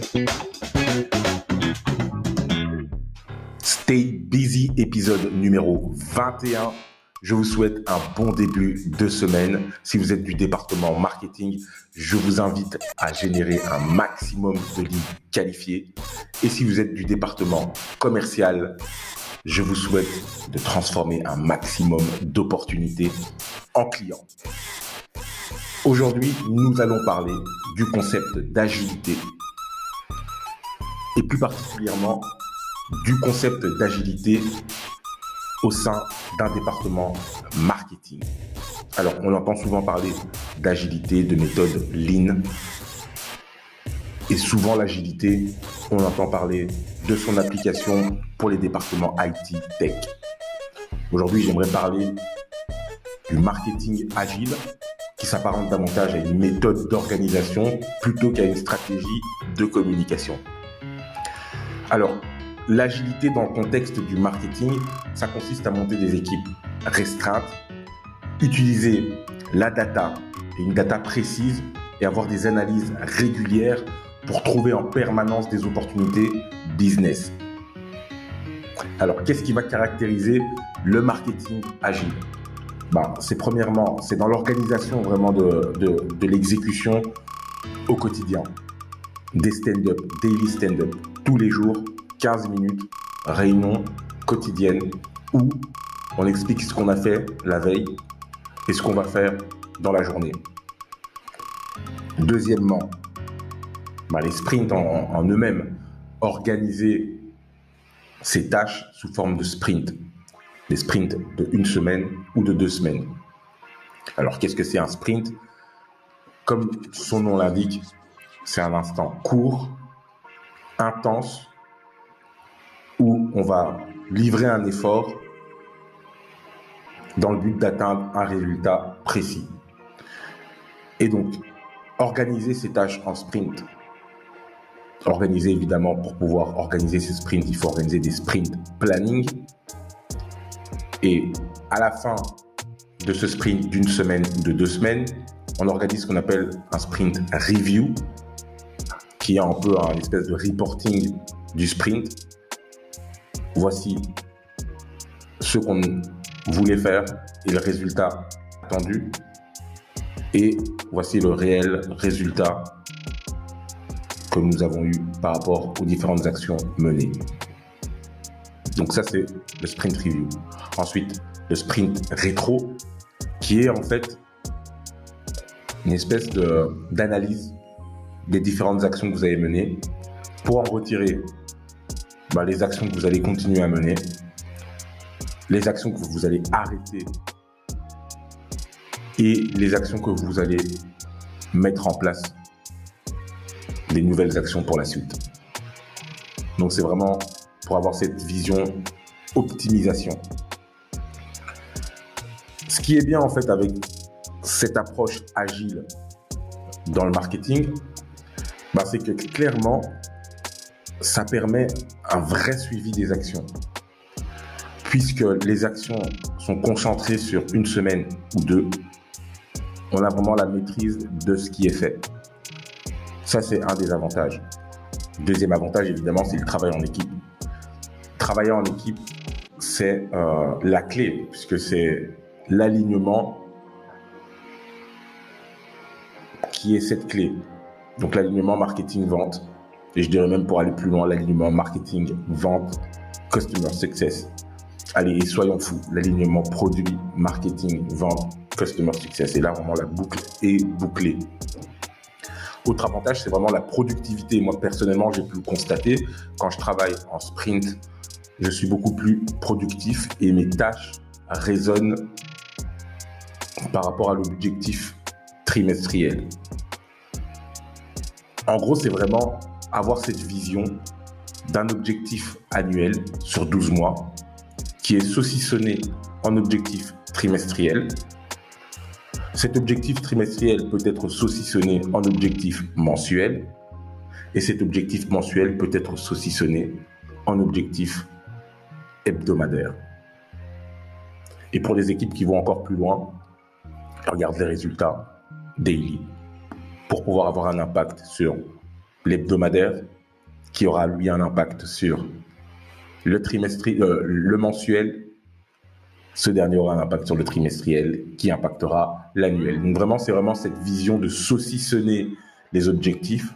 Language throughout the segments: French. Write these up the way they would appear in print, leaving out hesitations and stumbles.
Stay Busy, épisode numéro 21. Je vous souhaite un bon début de semaine. Si vous êtes du département marketing, je vous invite à générer un maximum de leads qualifiés. Et si vous êtes du département commercial, je vous souhaite de transformer un maximum d'opportunités en clients. Aujourd'hui, nous allons parler du concept d'agilité et plus particulièrement du concept d'agilité au sein d'un département marketing. Alors, on entend souvent parler d'agilité, de méthode Lean. Et souvent, l'agilité, on entend parler de son application pour les départements IT, Tech. Aujourd'hui, j'aimerais parler du marketing agile qui s'apparente davantage à une méthode d'organisation plutôt qu'à une stratégie de communication. Alors, l'agilité dans le contexte du marketing, ça consiste à monter des équipes restreintes, utiliser la data et une data précise et avoir des analyses régulières pour trouver en permanence des opportunités business. Alors, qu'est-ce qui va caractériser le marketing agile ? C'est dans l'organisation vraiment de l'exécution au quotidien. Des stand-up, daily stand-up, tous les jours, 15 minutes, réunion quotidienne où on explique ce qu'on a fait la veille et ce qu'on va faire dans la journée. Deuxièmement, les sprints en eux-mêmes, organiser ces tâches sous forme de sprint. Des sprints de 1 semaine ou de 2 semaines. Alors, qu'est-ce que c'est un sprint ? Comme son nom l'indique, c'est un instant court, intense, où on va livrer un effort dans le but d'atteindre un résultat précis. Et donc, organiser ces tâches en sprint. Organiser, évidemment, pour pouvoir organiser ces sprints, il faut organiser des sprint planning. Et à la fin de ce sprint d'1 semaine ou de 2 semaines, on organise ce qu'on appelle un sprint review, qui est un peu un espèce de reporting du sprint. Voici ce qu'on voulait faire et le résultat attendu. Et voici le réel résultat que nous avons eu par rapport aux différentes actions menées. Donc ça, c'est le sprint review. Ensuite, le sprint rétro, qui est en fait une espèce d'analyse des différentes actions que vous avez menées pour en retirer les actions que vous allez continuer à mener, les actions que vous allez arrêter et les actions que vous allez mettre en place, des nouvelles actions pour la suite. Donc c'est vraiment pour avoir cette vision optimisation. Ce qui est bien en fait avec cette approche agile dans le marketing, c'est que clairement, ça permet un vrai suivi des actions. Puisque les actions sont concentrées sur 1 semaine ou 2, on a vraiment la maîtrise de ce qui est fait. Ça, c'est un des avantages. Deuxième avantage, évidemment, c'est le travail en équipe. Travailler en équipe, c'est la clé, puisque c'est l'alignement qui est cette clé. Donc l'alignement marketing-vente, et je dirais même pour aller plus loin, l'alignement marketing-vente, customer success. Allez, soyons fous, l'alignement produit, marketing, vente, customer success. Et là, vraiment, la boucle est bouclée. Autre avantage, c'est vraiment la productivité. Moi, personnellement, j'ai pu le constater. Quand je travaille en sprint, je suis beaucoup plus productif et mes tâches résonnent par rapport à l'objectif trimestriel. En gros, c'est vraiment avoir cette vision d'un objectif annuel sur 12 mois qui est saucissonné en objectif trimestriel. Cet objectif trimestriel peut être saucissonné en objectif mensuel et cet objectif mensuel peut être saucissonné en objectif hebdomadaire. Et pour les équipes qui vont encore plus loin, regarde les résultats daily pour pouvoir avoir un impact sur l'hebdomadaire qui aura lui un impact sur le mensuel. Ce dernier aura un impact sur le trimestriel qui impactera l'annuel. Donc vraiment, c'est vraiment cette vision de saucissonner les objectifs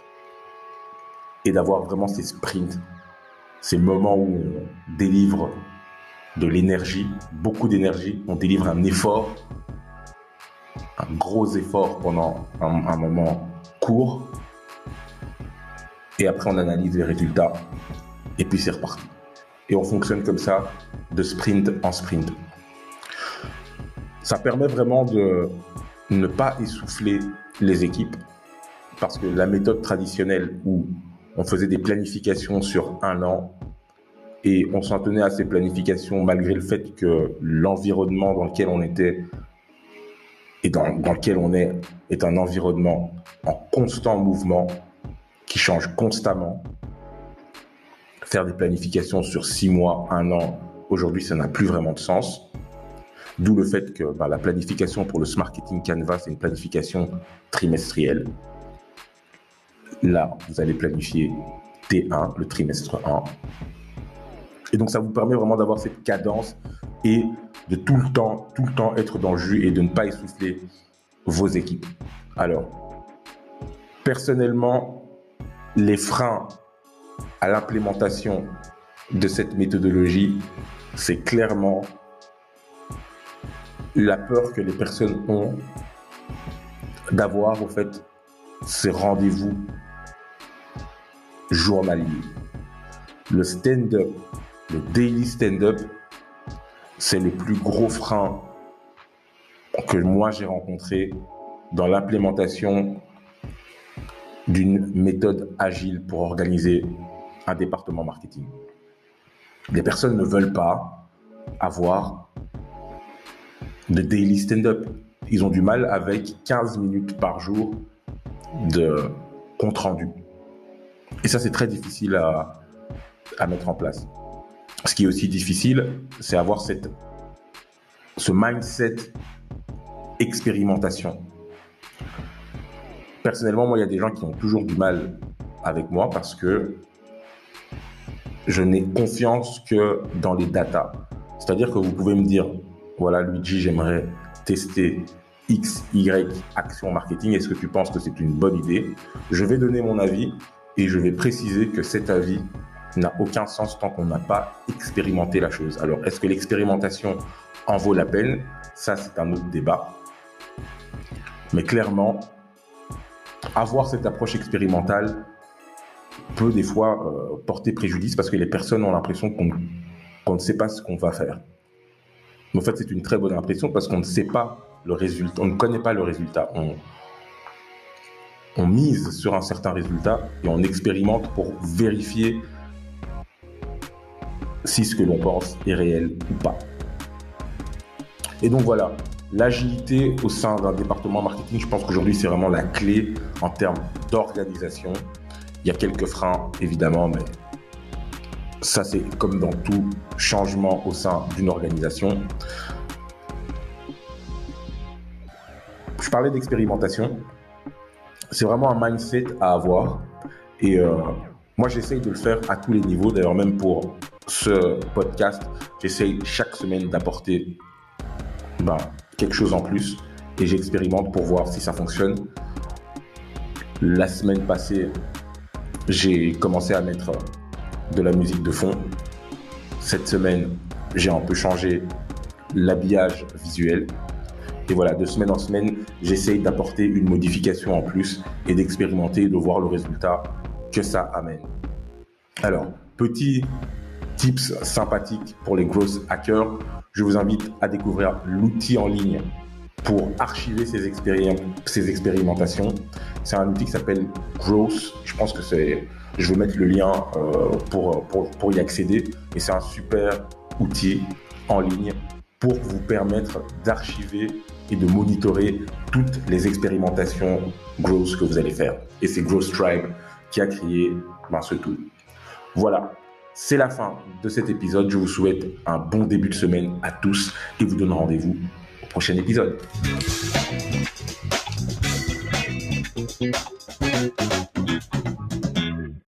et d'avoir vraiment ces sprints, ces moments où on délivre de l'énergie, beaucoup d'énergie, on délivre un effort, un gros effort pendant un moment court, et après on analyse les résultats, et puis c'est reparti. Et on fonctionne comme ça, de sprint en sprint. Ça permet vraiment de ne pas essouffler les équipes, parce que la méthode traditionnelle où on faisait des planifications sur un an, et on s'en tenait à ces planifications malgré le fait que l'environnement dans lequel on était et dans lequel on est un environnement en constant mouvement, qui change constamment. Faire des planifications sur 6 mois, 1 an, aujourd'hui, ça n'a plus vraiment de sens. D'où le fait que la planification pour le Smart Marketing Canva, c'est une planification trimestrielle. Là, vous allez planifier T1, le trimestre 1. Et donc, ça vous permet vraiment d'avoir cette cadence et de tout le temps être dans le jus et de ne pas essouffler vos équipes. Alors, personnellement, les freins à l'implémentation de cette méthodologie, c'est clairement la peur que les personnes ont d'avoir, au fait, ces rendez-vous journaliers. Le stand-up, le daily stand-up, c'est le plus gros frein que moi j'ai rencontré dans l'implémentation d'une méthode agile pour organiser un département marketing. Les personnes ne veulent pas avoir de daily stand-up. Ils ont du mal avec 15 minutes par jour de compte rendu. Et ça, c'est très difficile à mettre en place. Ce qui est aussi difficile, c'est avoir ce mindset expérimentation. Personnellement, moi, il y a des gens qui ont toujours du mal avec moi parce que je n'ai confiance que dans les datas. C'est-à-dire que vous pouvez me dire, voilà, Luigi, j'aimerais tester X, Y, action marketing. Est-ce que tu penses que c'est une bonne idée? Je vais donner mon avis et je vais préciser que cet avis n'a aucun sens tant qu'on n'a pas expérimenté la chose. Alors, est-ce que l'expérimentation en vaut la peine? Ça, c'est un autre débat. Mais clairement, avoir cette approche expérimentale peut des fois porter préjudice parce que les personnes ont l'impression qu'on ne sait pas ce qu'on va faire. Mais en fait, c'est une très bonne impression parce qu'on ne sait pas le résultat, on ne connaît pas le résultat. On mise sur un certain résultat et on expérimente pour vérifier si ce que l'on pense est réel ou pas. Et donc voilà, l'agilité au sein d'un département marketing, je pense qu'aujourd'hui c'est vraiment la clé en termes d'organisation. Il y a quelques freins évidemment, mais ça c'est comme dans tout changement au sein d'une organisation. Je parlais d'expérimentation, c'est vraiment un mindset à avoir et moi j'essaye de le faire à tous les niveaux, d'ailleurs même pour ce podcast, j'essaye chaque semaine d'apporter quelque chose en plus et j'expérimente pour voir si ça fonctionne. La semaine passée, j'ai commencé à mettre de la musique de fond. Cette semaine, j'ai un peu changé l'habillage visuel. Et voilà, de semaine en semaine, j'essaye d'apporter une modification en plus et d'expérimenter et de voir le résultat que ça amène. Alors, petit tips sympathiques pour les growth hackers. Je vous invite à découvrir l'outil en ligne pour archiver ces expérimentations. C'est un outil qui s'appelle Growth. Je pense que je vais mettre le lien pour y accéder. Et c'est un super outil en ligne pour vous permettre d'archiver et de monitorer toutes les expérimentations Growth que vous allez faire. Et c'est Growth Tribe qui a créé ce tool. Voilà. C'est la fin de cet épisode. Je vous souhaite un bon début de semaine à tous et vous donne rendez-vous au prochain épisode.